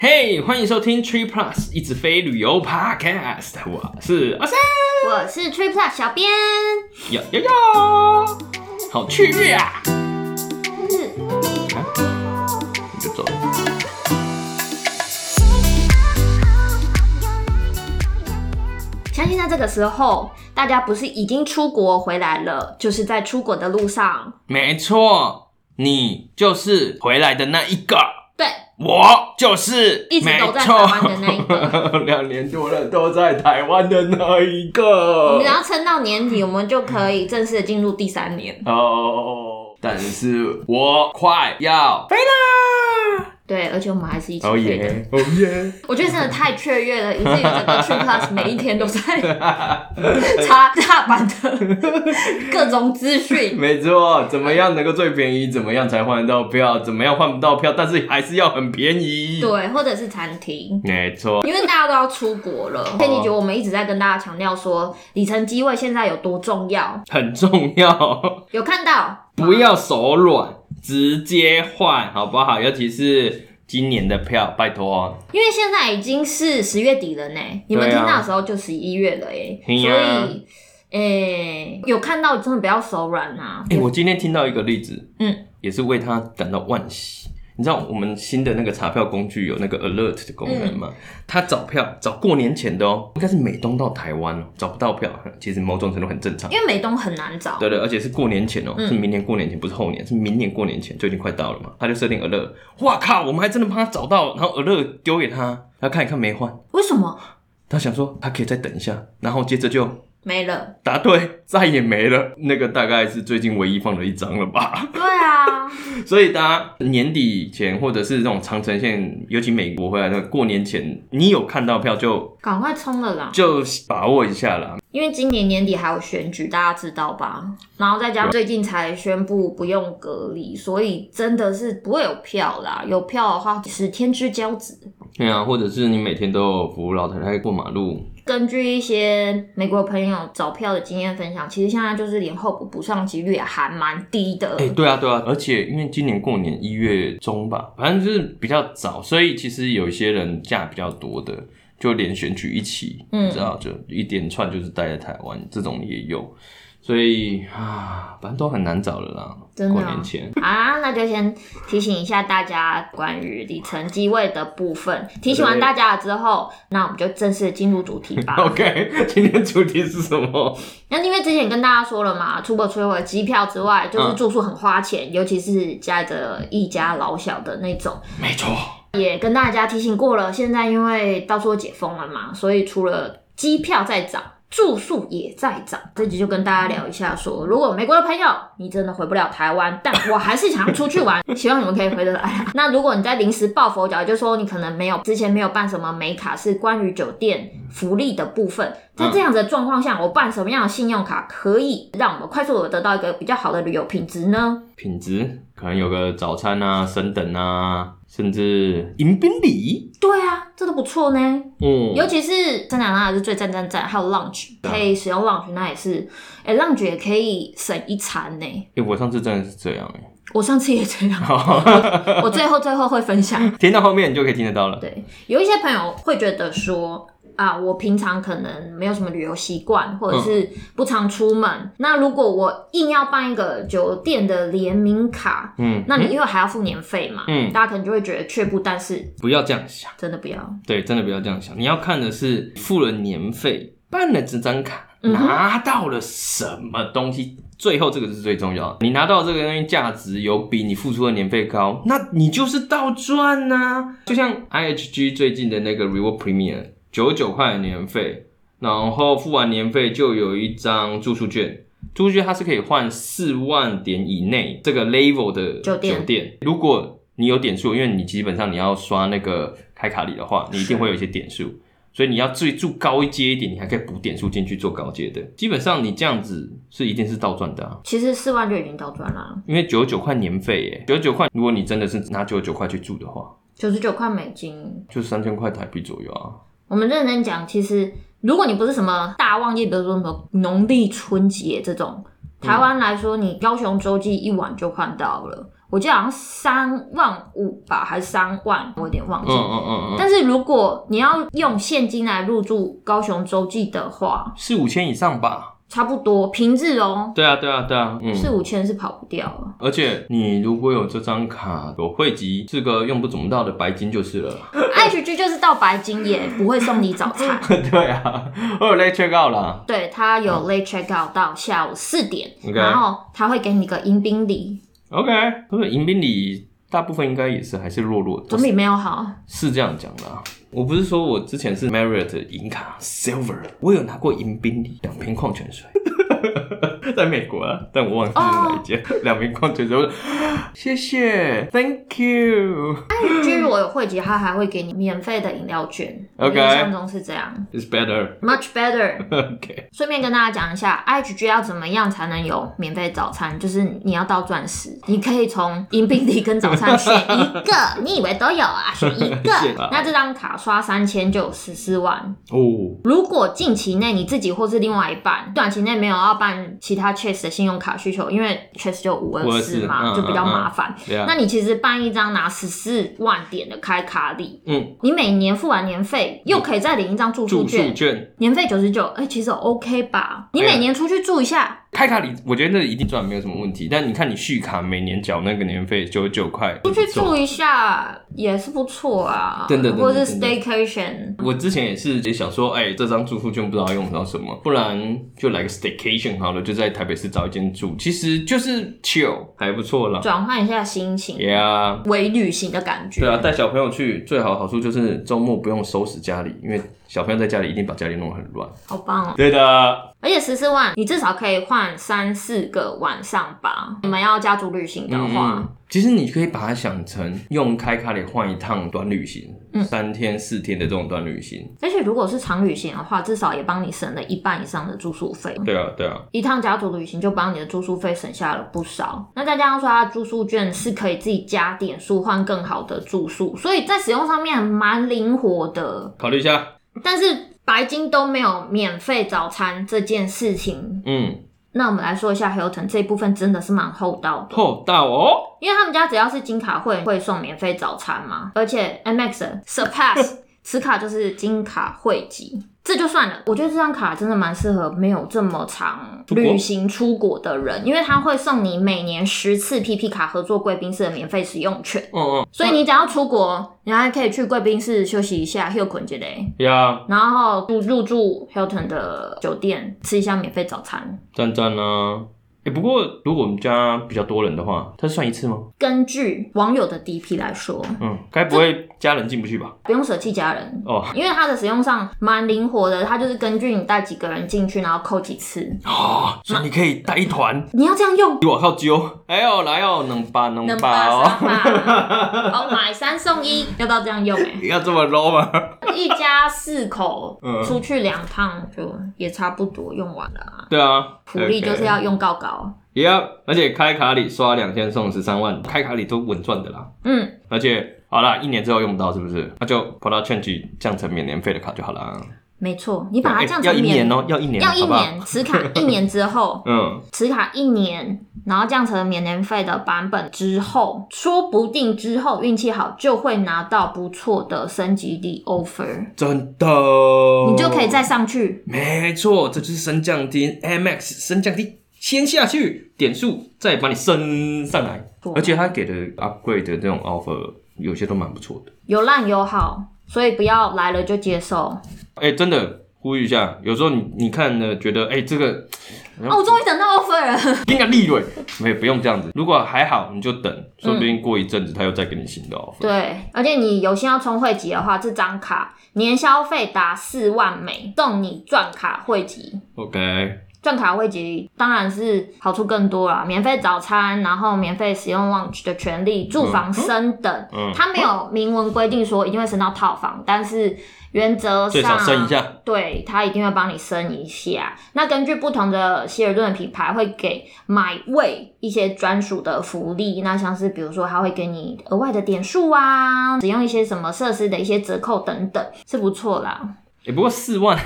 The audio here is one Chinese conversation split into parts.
嘿，欢迎收听 Tree Plus 一直飞旅游 Podcast， 我是阿三， 我是 Tree Plus 小编， 哟，好雀跃啊！你就走了。 相信在这个时候，大家不是已经出国回来了，就是在出国的路上。 没错，你就是回来的那一个。 对， 我就是一直都在台湾的那一个 2年多了都在台湾的那一个。 我们只要撑到年底，我们就可以正式的进入第3年哦，但是我快要飞啦！ 对，而且我们还是一起飞的。 哦耶！ 我觉得真的太雀跃了，以至于整个 Tree Plus 每一天都在查大阪的各种资讯。 没错，怎么样能够最便宜？怎么样才换得到票？怎么样换不到票？但是还是要很便宜。 对，或者是餐厅。 没错， 因为大家都要出国了。前几集我们一直在跟大家强调说，里程机位现在有多重要， 很重要。 有看到？ 不要手软，直接换，好不好？尤其是今年的票，拜托哦。 因为现在已经是10月底了呢，你们听到的时候就11月了耶，所以有看到真的不要手软啊。 我今天听到一个例子，也是为他感到惋惜。你知道我们新的那个查票工具有那个 alert 的功能吗？他找票找过年前的哦，应该是美东到台湾哦，找不到票，其实某种程度很正常， 因为美东很难找。 对，而且是过年前哦，是明年过年前，不是后年，是明年过年前就已经快到了嘛。他就设定 alert， 哇靠，我们还真的帮他找到，然后 alert 丢给他，他看一看没换， 为什么？ 他想说他可以再等一下，然后接着就没了， 答对，再也没了。那个大概是最近唯一放的一张了吧？ 对啊， 所以大家年底前或者是这种长程线，尤其美国回来的过年前，你有看到票就赶快冲了啦， 就把握一下啦。 因为今年年底还有选举，大家知道吧？然后再加上最近才宣布不用隔离，所以真的是不会有票啦。有票的话是天之骄子。 对啊，或者是你每天都有扶老太太过马路。 根据一些美国朋友找票的经验分享，其实现在就是连候补不上几率还蛮低的。 对啊，而且因为今年过年1月中吧，反正就是比较早，所以其实有一些人假比较多的，就连选举一起，你知道，就一连串就是待在台湾，这种也有。所以反正都很难找了啦， 真的过年前那就先提醒一下大家关于里程机位的部分。提醒完大家了之后，那我们就正式进入主题吧。 OK， 今天主题是什么？ 那因为之前跟大家说了嘛，出国除了机票之外，就是住宿很花钱，尤其是带着一家老小的那种。 没错。 也跟大家提醒过了，现在因为到处都解封了嘛，所以除了机票在涨，住宿也在涨。这集就跟大家聊一下说，如果美国的朋友你真的回不了台湾，但我还是想出去玩，希望你们可以回得来。那如果你在临时抱佛脚，就说你可能之前没有办什么美卡，是关于酒店福利的部分，在这样子的状况下，我办什么样的信用卡可以让我们快速的得到一个比较好的旅游品质呢？品质可能有个早餐啊、升等啊，甚至迎宾礼。 对啊，这都不错呢。尤其是圣诞拉是最赞，还有 lunch 可以使用 lunch， 那也是lunch 也可以省一餐呢。 我上次真的是这样我上次也这样。我最后会分享， 听到后面你就可以听得到了。 对，有一些朋友会觉得说我平常可能没有什么旅游习惯，或者是不常出门。那如果我硬要办一个酒店的联名卡，那你因为还要付年费嘛，大家可能就会觉得却步。但是不要这样想， 真的不要。 对，真的不要这样想。你要看的是付了年费，办了这张卡，拿到了什么东西。最后这个是最重要的，你拿到这个东西价值有比你付出的年费高，那你就是倒赚啊。就像 IHG 最近的那个 Reward Premier。99块的年费，然后付完年费就有一张住宿券，住宿券它是可以换4万点以内这个 level 的酒店。如果你有点数，因为你基本上你要刷那个开卡礼的话，你一定会有一些点数，所以你要住高一阶一点，你还可以补点数进去做高阶的。基本上你这样子是一定是倒赚的啊。 其实4万就已经倒赚了，因为99块年费耶，99块，如果你真的是拿99块去住的话 ，99块美金， 就3000块台币左右啊。 我们认真讲，其实如果你不是什么大旺季，比如说什么农历春节这种，台湾来说，你高雄洲际一晚就换到了。 我记得好像35000吧，还是3万，我有点忘记。 嗯。 但是如果你要用现金来入住高雄洲际的话 ，4、5千以上吧。 差不多平日哦。 对啊 4、5千是跑不掉了。 而且你如果有这张卡，有汇集，是个用不怎么到的白金就是了。 IHG 就是到白金也不会送你早餐。 对啊，我有 late check out 啦。 对，他有 late check out 到下午4点， okay. 然后他会给你个迎宾礼。 OK， 不是迎宾礼。大部分应该也是还是弱弱的， 总比没有好。 是这样讲的啊。我不是说我之前是 Marriott 银卡 Silver， 我有拿过迎宾礼2瓶矿泉水，在美国啊，但我忘记是哪一间。2瓶矿泉水，谢谢 ，Thank you。 IHG 如果有汇集，他还会给你免费的饮料券。 OK， 印象中是这样。 It's better, much better. OK。 顺便跟大家讲一下 ，IHG 要怎么样才能有免费早餐？就是你要到钻石，你可以从迎宾礼跟早餐选一个，你以为都有啊？选一个。那这张卡刷3000就有14万哦。 如果近期内你自己或是另外一半，短期内没有要办其他 Chase 的信用卡需求，因为 Chase 就524嘛，就比较麻烦。那你其实办一张拿14万点的开卡礼，你每年付完年费，又可以再领一张住宿券，年费99，其实 OK 吧？你每年出去住一下。 开卡礼，我觉得那一定赚没有什么问题，但你看你续卡每年缴那个年费99块， 出去住一下也是不错啊， 真的， 或者是 staycation。 我之前也是想说，这张住宿券不知道用到什么，不然就来个 staycation 好了，就在台北市找一间住，其实就是 chill， 还不错啦， 转换一下心情， 微旅行的感觉。 对啊，带小朋友去最好的好处就是周末不用收拾家里，因为小朋友在家里一定把家里弄得很乱。 好棒哦！ 对的。 而且14万，你至少可以换3-4个晚上吧。你们要家族旅行的话， 其实你可以把它想成用开卡礼换一趟短旅行，3天4天的这种短旅行。 而且如果是长旅行的话，至少也帮你省了1半以上的住宿费。 对啊， 一趟家族旅行就帮你的住宿费省下了不少。那再加上说它的住宿券是可以自己加点数换更好的住宿，所以在使用上面蛮灵活的。 考虑一下。 但是白金都没有免费早餐这件事情。那我们来说一下 Hilton 这一部分真的是蛮厚道的。 厚道哦， 因为他们家只要是金卡会送免费早餐嘛，而且 Amex 的 Surpass 此卡就是金卡汇集，这就算了。我觉得这张卡真的蛮适合没有这么长旅行出国的人，因为它会送你每年10次 PP 卡合作贵宾室的免费使用权。所以你只要出国，你还可以去贵宾室休息一下，休困一下，然后入住 Hilton 的酒店，吃一下免费早餐， 赞赞啊！不过如果我们家比较多人的话，它是算一次吗？ 根据网友的 DP 来说， 该不会家人进不去吧？ 不用舍弃家人哦，因为它的使用上蛮灵活的，它就是根据你带几个人进去，然后扣几次所以你可以带一团。 你要这样用？ 我靠揪！来哦，2把哦，买3送1，要到这样用要这么 low 吗？ 一家4口出去2趟就也差不多用完了啊。 对啊， 福利就是要用高。 而且开卡礼刷2000送13万，开卡礼都稳赚的啦。而且好啦，1年之后用不到是不是？那就跑到 Change 降成免年费的卡就好啦。 没错，你把它降成要1年哦，要1年， 要1年，此卡1年之后，此卡1年，然后降成免年费的版本之后，说不定之后运气好就会拿到不错的升级礼 offer， 真的， 你就可以再上去。 没错，这就是升降梯 Amex 升降梯。先下去点数，再把你升上来，而且他给的 upgrade 的这种 offer 有些都蛮不错的，有烂有好，所以不要来了就接受。 真的呼吁一下，有时候你看呢，觉得这个我终于等到 offer 了， 应该利润没有不用这样子，如果还好你就等，说不定过一阵子他又再给你新的 offer。 对，而且你有心要充汇集的话，这张卡年消费达4万美，送你钻卡汇集。 OK。 钻卡汇集当然是好处更多啦，免费早餐，然后免费使用 lunch 的权利，住房升等，它没有明文规定说一定会升到套房，但是原则上最少升一下， 对，它一定会帮你升一下。那根据不同的希尔顿的品牌会给买位一些专属的福利，那像是比如说它会给你额外的点数啊，使用一些什么设施的一些折扣等等，是不错啦。 不过4万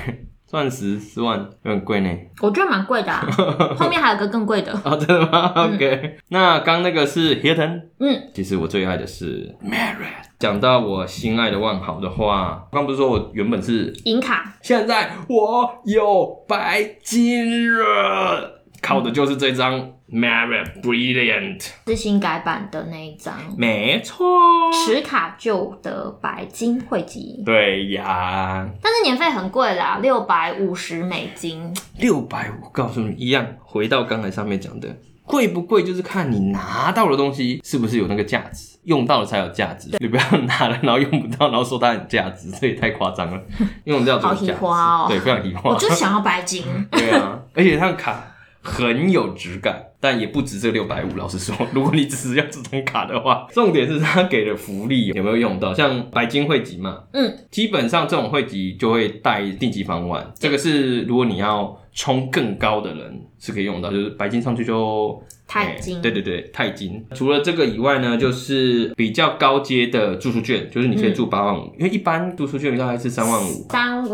钻石4万有点贵呢。 我觉得蛮贵的啊，后面还有个更贵的。 哦，真的吗？OK，那刚那个是 Hilton， 其实我最爱的是 Marriott。讲到我心爱的万豪的话，刚不是说我原本是银卡， 现在我有白金了，靠的就是这张 Marriott Brilliant， 是新改版的那一张， 没错， 持卡旧的白金会籍。 对呀， 但是年费很贵啦，$650。 650，告诉你一样，回到刚才上面讲的。贵不贵就是看你拿到的东西是不是有那个价值，用到了才有价值。你不要拿了然后用不到，然后说它很价值，这也太夸张了。用掉就有价值， 好花哦， 对，非常喜花。 我就想要白金。 对啊，而且它的卡很有质感，但也不值这650。老实说，如果你只是要这张卡的话，重点是它给的福利有没有用到？像白金会籍嘛，基本上这种会籍就会带定级房晚，这个是如果你要冲更高的人是可以用到，就是白金上去就钛金， 对对对，钛金。除了这个以外呢，就是比较高阶的住宿券，就是你可以住8万5，因为一般住宿券大概是3万5。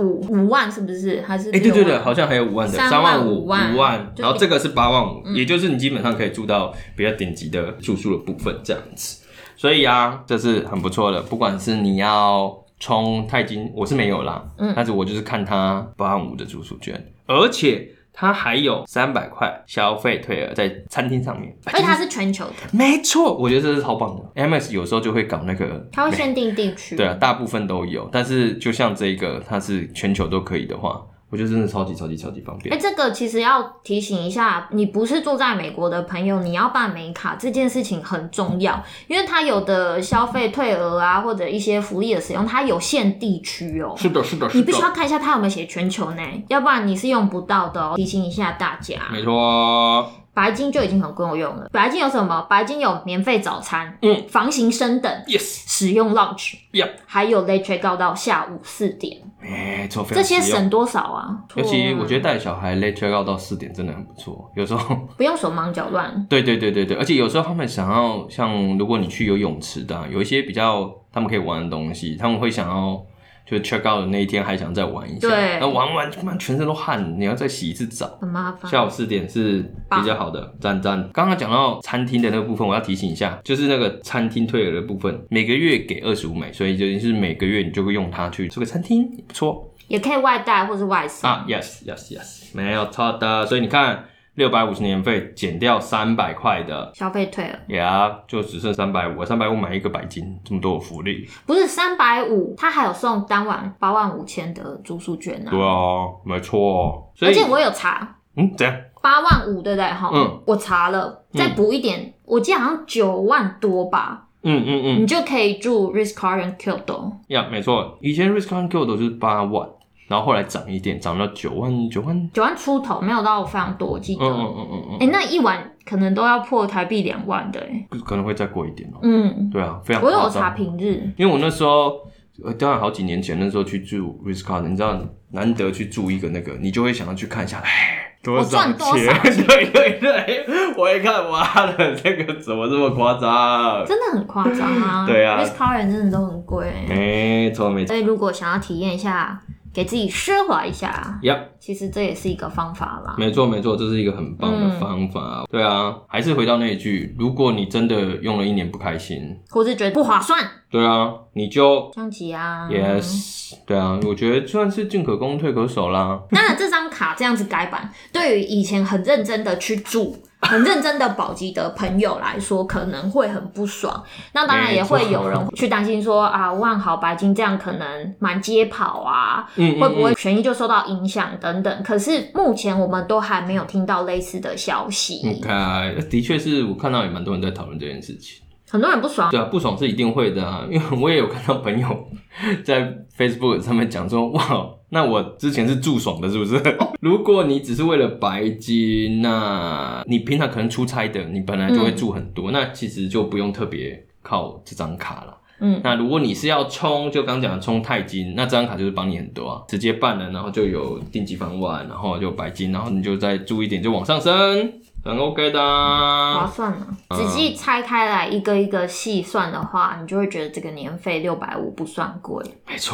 5万是不是？还是对对对，好像还有5万的，3万5、5万，然后这个是8万5，也就是你基本上可以住到比较顶级的住宿的部分这样子。所以啊，这是很不错的，不管是你要冲钛金，我是没有啦，但是我就是看它8万5的住宿券，而且它还有300块消费退额在餐厅上面， 而且它是全球的， 没错，我觉得这是超棒的。MS 有时候就会搞那个， 它会限定地区， 对啊，大部分都有，但是就像这个，它是全球都可以的话，我觉得真的超级方便。 这个其实要提醒一下，你不是住在美国的朋友，你要办美卡这件事情很重要，因为它有的消费退额啊，或者一些福利的使用，它有限地区哦。 是的， 你必须要看一下它有没有写全球呢，要不然你是用不到的哦。提醒一下大家。 没错。 白金就已经很够用了。白金有什么？白金有免费早餐，房型升等 ，yes， 使用 lunch， yep， 还有 late check out 到下午4点。 没错， 这些省多少啊？ 尤其我觉得带小孩 late check out 到4点真的很不错，有时候不用手忙脚乱。 对，而且有时候他们想要像如果你去游泳池的，有一些比较他们可以玩的东西，他们会想要。就是 check out 的那一天还想再玩一下， 对， 那玩完全身都汗，你要再洗一次澡， 很麻烦。 下午4点是比较好的，赞。刚刚讲到餐厅的那个部分，我要提醒一下，就是那个餐厅退额的部分，每个月给$25美，所以就是每个月你就会用它去这个餐厅，也不错， 也可以外带或是外送啊 ，yes， 没有错的，所以你看。650年费减掉300块的消费退了， 就只剩350买一个白金，这么多的福利， 不是350，他还有送单晚85000的住宿券啊。 对啊，没错。所以而且我有查， 怎样 ？85000对不对？我查了，再补一点，我记得好像9万多吧。你就可以住 Ritz-Carlton Kyoto。 没错，以前 Ritz-Carlton Kyoto 就是8万。然后后来涨一点，涨到9万出头，没有到非常多，我记得。那一晚可能都要破台币2万的， 可能会再贵一点哦。对啊，非常。 我有查平日， 因为我那时候当然好几年前，那时候去住 Ritz-Carlton， 你知道难得去住一个那个，你就会想要去看一下， 我赚多少钱？ 对，我一看，哇的，这个怎么这么夸张？ 真的很夸张啊！ 对啊 ，Ritz-Carlton 真的都很贵。 没错。 所以如果想要体验一下。给自己奢华一下，其实这也是一个方法啦。 没错，这是一个很棒的方法。对啊，还是回到那一句，如果你真的用了1年不开心， 或是觉得不划算， 对啊，你就降级啊。 Yes， 对啊，我觉得算是进可攻退可守啦。 那这张卡这样子改版，对于以前很认真的去住。很认真的保级的朋友来说，可能会很不爽。那当然也会有人去担心说啊，万豪白金这样可能满街跑啊，会不会权益就受到影响等等。可是目前我们都还没有听到类似的消息。 OK， 的确是我看到也蛮多人在讨论这件事情。 很多人不爽， 对啊，不爽是一定会的啊，因为我也有看到朋友在 Facebook 上面讲说，哇，那我之前是住爽的，是不是？如果你只是为了白金，那你平常可能出差的，你本来就会住很多，那其实就不用特别靠这张卡了。那如果你是要冲，就刚讲的冲钛金，那这张卡就是帮你很多啊，直接办了，然后就有定级房晚，然后就白金，然后你就再住一点就往上升。很 OK 的划算啊！仔细拆开来一个一个细算的话，你就会觉得这个年费650不算贵。 没错，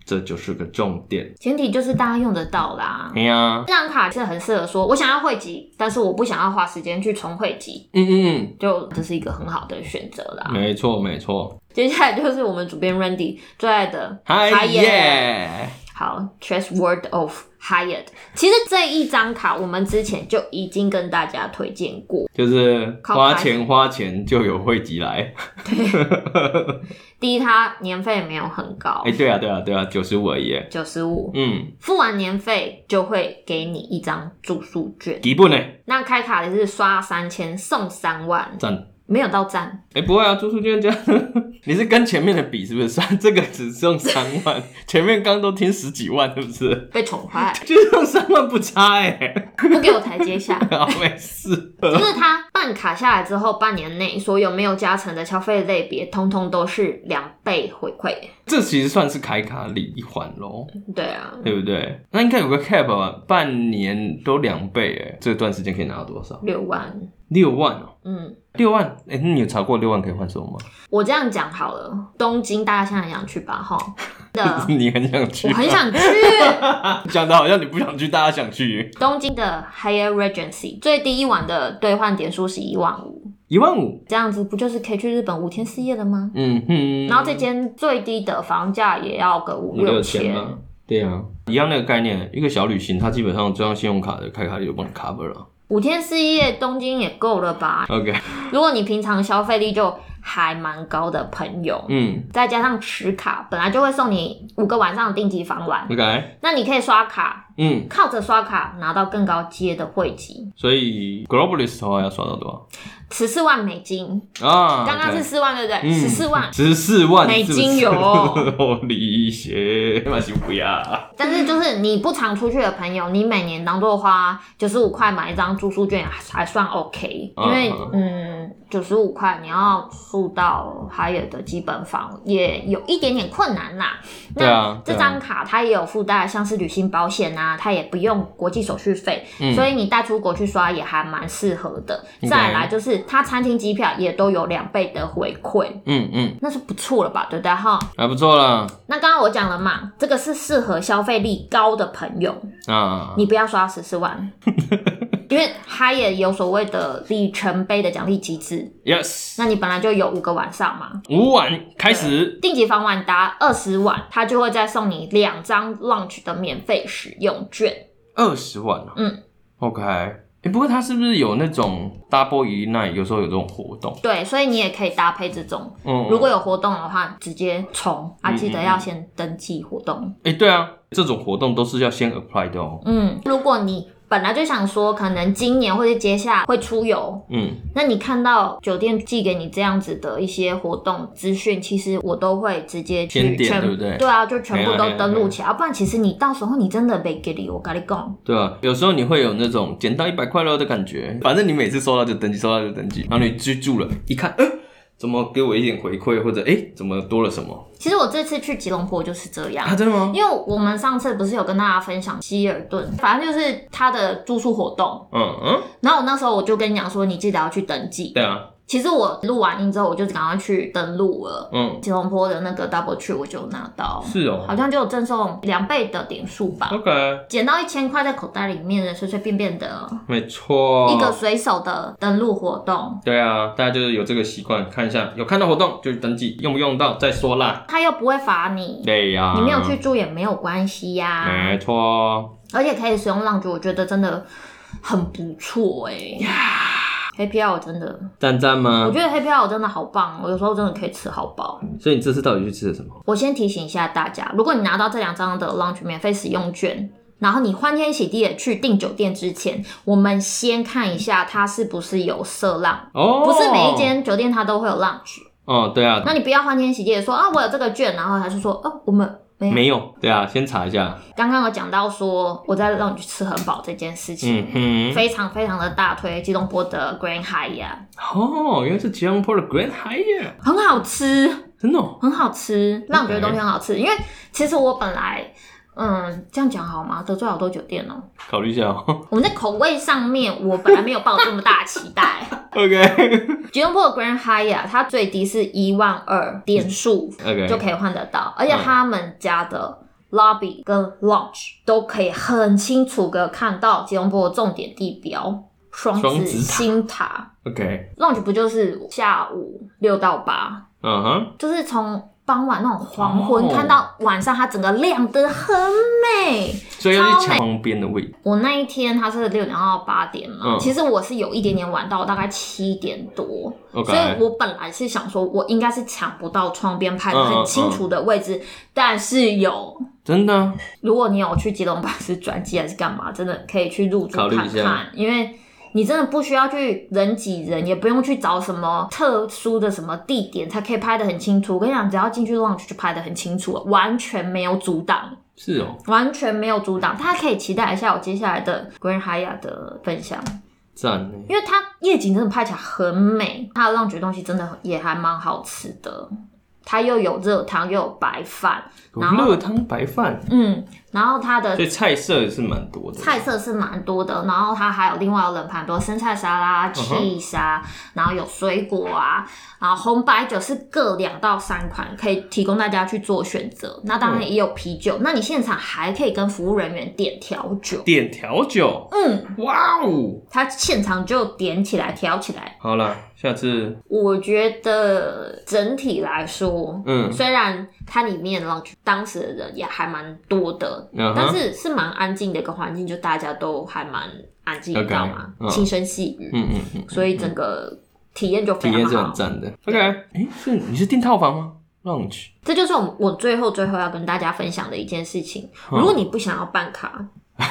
这就是个重点， 前提就是大家用得到啦。 哎呀， 这张卡是很适合说，我想要汇集，但是我不想要花时间去重汇集，就这是一个很好的选择啦。 没错没错。 接下来就是我们主编 Randy 最爱的 Hyatt。 好 ，Chess World of Hyatt。其实这一张卡我们之前就已经跟大家推荐过， 就是花钱就有汇集来。 对，第一它年费没有很高， 对啊，95而已 ，95，付完年费就会给你一张住宿券， 基本呢。 那开卡的是刷3000送3万， 赞。 没有到赞， 不会啊，住宿券这样，你是跟前面的比是不是？这个只送3万，前面刚都听10几万，是不是？ 被宠坏， 就是送3万不差不给我台阶下。 好，没事。 就是他办卡下来之后，半年内所有没有加成的消费类别，通通都是2倍回馈。 这其实算是开卡里一环咯。对啊， 对不对？那应该有个 cap 吧，半年都2倍这段时间可以拿到多少 ？6万。 6万哦。6万，那你有查过6万可以换什么吗？ 我这样讲好了，东京大家现在很想去吧？哈， 你很想去？ 我很想去。 讲的好像你不想去，大家想去。 东京的 Hyatt Regency 最低一晚的兑换点数是15000，15000，这样子不就是可以去日本5天4夜了吗？然后这间最低的房价也要个5-6千嘛。 对啊，一样那个概念，一个小旅行，它基本上这张信用卡的开卡就帮你 cover 了。 5天4夜东京也够了吧 ？OK， 如果你平常消费力就还蛮高的朋友，再加上持卡，本来就会送你5个晚上的定级房玩。 OK， 那你可以刷卡，靠着刷卡拿到更高阶的汇集。 所以 Globalist 的话要刷到多少 ？14万美金啊！ 刚刚是4万对不对 ？14万美金有哦，理解，那就不要。 但是就是你不常出去的朋友，你每年当作花95块买一张住宿券还算 OK，因为95块你要住到Hyatt的基本房也有一点点困难啦。 对啊， 这张卡它也有附带像是旅行保险啊，它也不用国际手续费，所以你带出国去刷也还蛮适合的。再来就是它餐厅机票也都有2倍的回馈，那是不错了吧，对不对哈？ 还不错啦。 那刚刚我讲了嘛，这个是适合消费力高的朋友啊，你不要刷14万。因为它也有所谓的里程碑的奖励机制 ，Yes， 那你本来就有5个晚上嘛 ，5晚开始， 定级房晚达20晚，它就会再送你2张 Lunch 的免费使用券 ，20万啊，OK，不过它是不是有那种 Double Night， 有时候有这种活动？ 对，所以你也可以搭配这种，如果有活动的话，直接冲记得要先登记活动。 对啊，这种活动都是要先 apply 的哦。 如果你本来就想说可能今年或者接下来会出游，那你看到酒店寄给你这样子的一些活动资讯，其实我都会直接去点，对不对？ 对啊，就全部都登录起来，不然其实你到时候你真的没给你，我跟你讲。 对啊，有时候你会有那种捡到100块了的感觉，反正你每次收到就登记，收到就登记，然后你去住了，一看，怎么给我一点回馈，或者怎么多了什么？ 其实我这次去吉隆坡就是这样真的吗？ 因为我们上次不是有跟大家分享希尔顿，反正就是他的住宿活动，然后我那时候我就跟你讲说，你记得要去登记。 对啊。 其实我录完音之后，我就赶快去登录了。吉隆坡的那个 Double Tree 我就拿到， 是哦， 好像就有赠送2倍的点数吧。 OK， 捡到1000块在口袋里面的，随随便便的， 没错， 一个随手的登录活动。 对啊，大家就是有这个习惯，看一下有看到活动就去登记，用不用到再说啦。 他又不会罚你， 对呀， 你没有去住也没有关系呀。 没错， 而且可以使用Lounge，我觉得真的很不错Happy Hour 真的赞吗？ 我觉得 Happy Hour 真的好棒，我有时候真的可以吃好饱。 所以你这次到底去吃了什么？ 我先提醒一下大家，如果你拿到这2张的 Lunch 免费使用券，然后你欢天喜地的去订酒店之前，我们先看一下它是不是有设浪不是每一间酒店它都会有 Lunch 对啊， 那你不要欢天喜地的说我有这个券，然后他就说我们没有，对啊，先查一下。 刚刚有讲到说我在让你去吃很饱这件事情，非常非常的大推吉隆坡的 Grand Hyatt。 原来是吉隆坡的 Grand Hyatt， 很好吃， 真的很好吃，让我觉得东西很好吃。因为其实我本来这样讲好吗？得罪好多酒店哦。 考虑一下我们在口味上面，我本来没有抱这么大的期待。 OK， 吉隆坡的 Grand Hyatt 它最低是12000点数就可以换得到，而且他们家的 lobby 跟 lounge 都可以很清楚的看到吉隆坡的重点地标双子星塔。 OK， lounge 不就是下午6到8，就是从傍晚那种黄昏看到晚上，它整个亮得很美， 所以要去抢旁边的位置。 我那一天它是6点到8点嘛，其实我是有一点点晚到，大概7点多，所以我本来是想说我应该是抢不到窗边拍得很清楚的位置，但是有。 真的？ 如果你有去基隆巴士转机还是干嘛，真的可以去入住看看，因为你真的不需要去人挤人，也不用去找什么特殊的什么地点才可以拍得很清楚。我跟你讲，只要进去 lounge 就拍得很清楚了，完全没有阻挡。 是哦， 完全没有阻挡。大家可以期待一下我接下来的 Grand Hyatt 的分享。 赞， 因为它夜景真的拍起来很美，它的 lounge 东西真的也还蛮好吃的。它又有热汤又有白饭， 有热汤白饭， 然后它的所以菜色是蛮多的， 菜色是蛮多的，然后它还有另外有冷盘多生菜沙拉、cheese 啊，然后有水果啊，然后红白酒是各2到3款，可以提供大家去做选择。那当然也有啤酒，那你现场还可以跟服务人员点调酒，哇哦，他现场就点起来调起来。 好了，下次我觉得整体来说，虽然它里面当时的人也还蛮多的，但是蛮安静的一个环境，就大家都还蛮安静，你知道吗？轻声细语，所以整个体验就非常好， 体验是很赞的。OK， 你是订套房吗 ？Lounge， 这就是我最后要跟大家分享的一件事情。如果你不想要办卡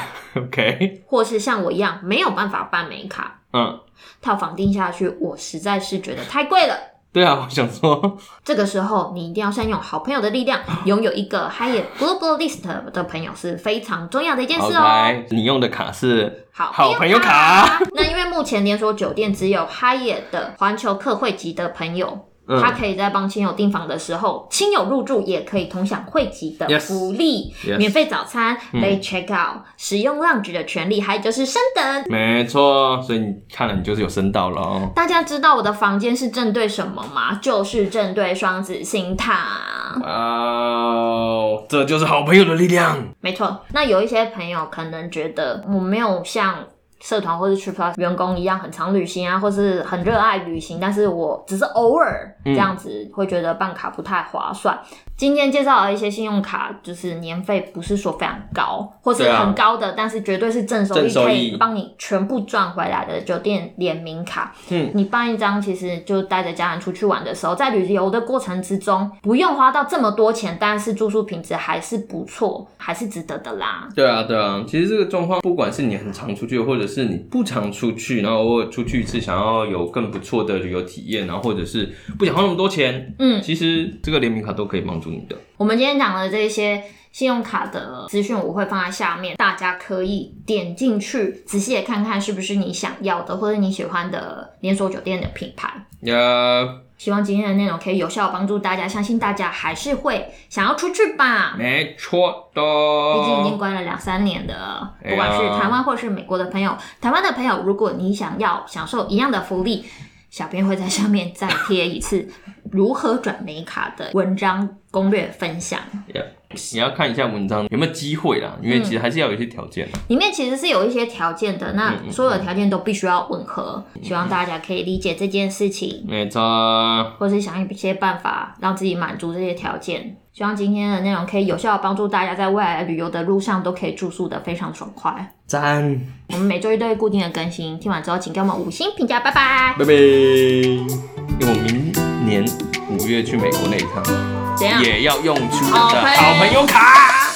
，OK， 或是像我一样没有办法办美卡，套房订下去，我实在是觉得太贵了。 对啊，我想说， 这个时候你一定要善用好朋友的力量，拥有一个 Hyatt Global List 的朋友是非常重要的一件事哦。 Okay， 你用的卡是好朋友卡。 那因为目前连锁酒店只有 Hyatt 的环球客会籍的朋友，他可以在帮亲友订房的时候，亲友入住也可以同享会籍的福利，免费早餐、late check out、使用 lounge 的权利，还有就是升等。 没错，所以你看了你就是有升到了哦。 大家知道我的房间是针对什么吗？就是针对双子星塔。 这就是好朋友的力量。 没错，那有一些朋友可能觉得我没有像社团或是 TripPlus 员工一样很常旅行啊，或是很热爱旅行，但是我只是偶尔这样子会觉得办卡不太划算。今天介绍的一些信用卡，就是年费不是说非常高，或是很高的，但是绝对是正收益，可以帮你全部赚回来的酒店联名卡。你办一张，其实就带着家人出去玩的时候，在旅游的过程之中，不用花到这么多钱，但是住宿品质还是不错，还是值得的啦。 对啊，其实这个状况，不管是你很常出去，或者是你不常出去，然后偶尔出去一次，想要有更不错的旅游体验，然后或者是不想花那么多钱，其实这个联名卡都可以帮助你的。 我们今天讲的这些信用卡的资讯，我会放在下面，大家可以点进去仔细的看看是不是你想要的，或者你喜欢的连锁酒店的品牌。希望今天的内容可以有效帮助大家，相信大家还是会想要出去吧。 没错的， 毕竟已经关了2-3年了，不管是台湾或是美国的朋友，台湾的朋友，如果你想要享受一样的福利，小编会在下面再贴一次如何转美卡的文章攻略分享。 你要看一下文章有没有机会啦，因为其实还是要有一些条件里面其实是有一些条件的，那所有的条件都必须要吻合，希望大家可以理解这件事情， 没错， 或是想一些办法让自己满足这些条件。希望今天的内容可以有效的帮助大家在未来旅游的路上都可以住宿的非常爽快。 赞！ 我们每周一都会固定的更新，听完之后请给我们5星评价，拜拜！ 拜拜！因为我明年5月去美国那一趟， 怎样也要用出我的好朋友卡。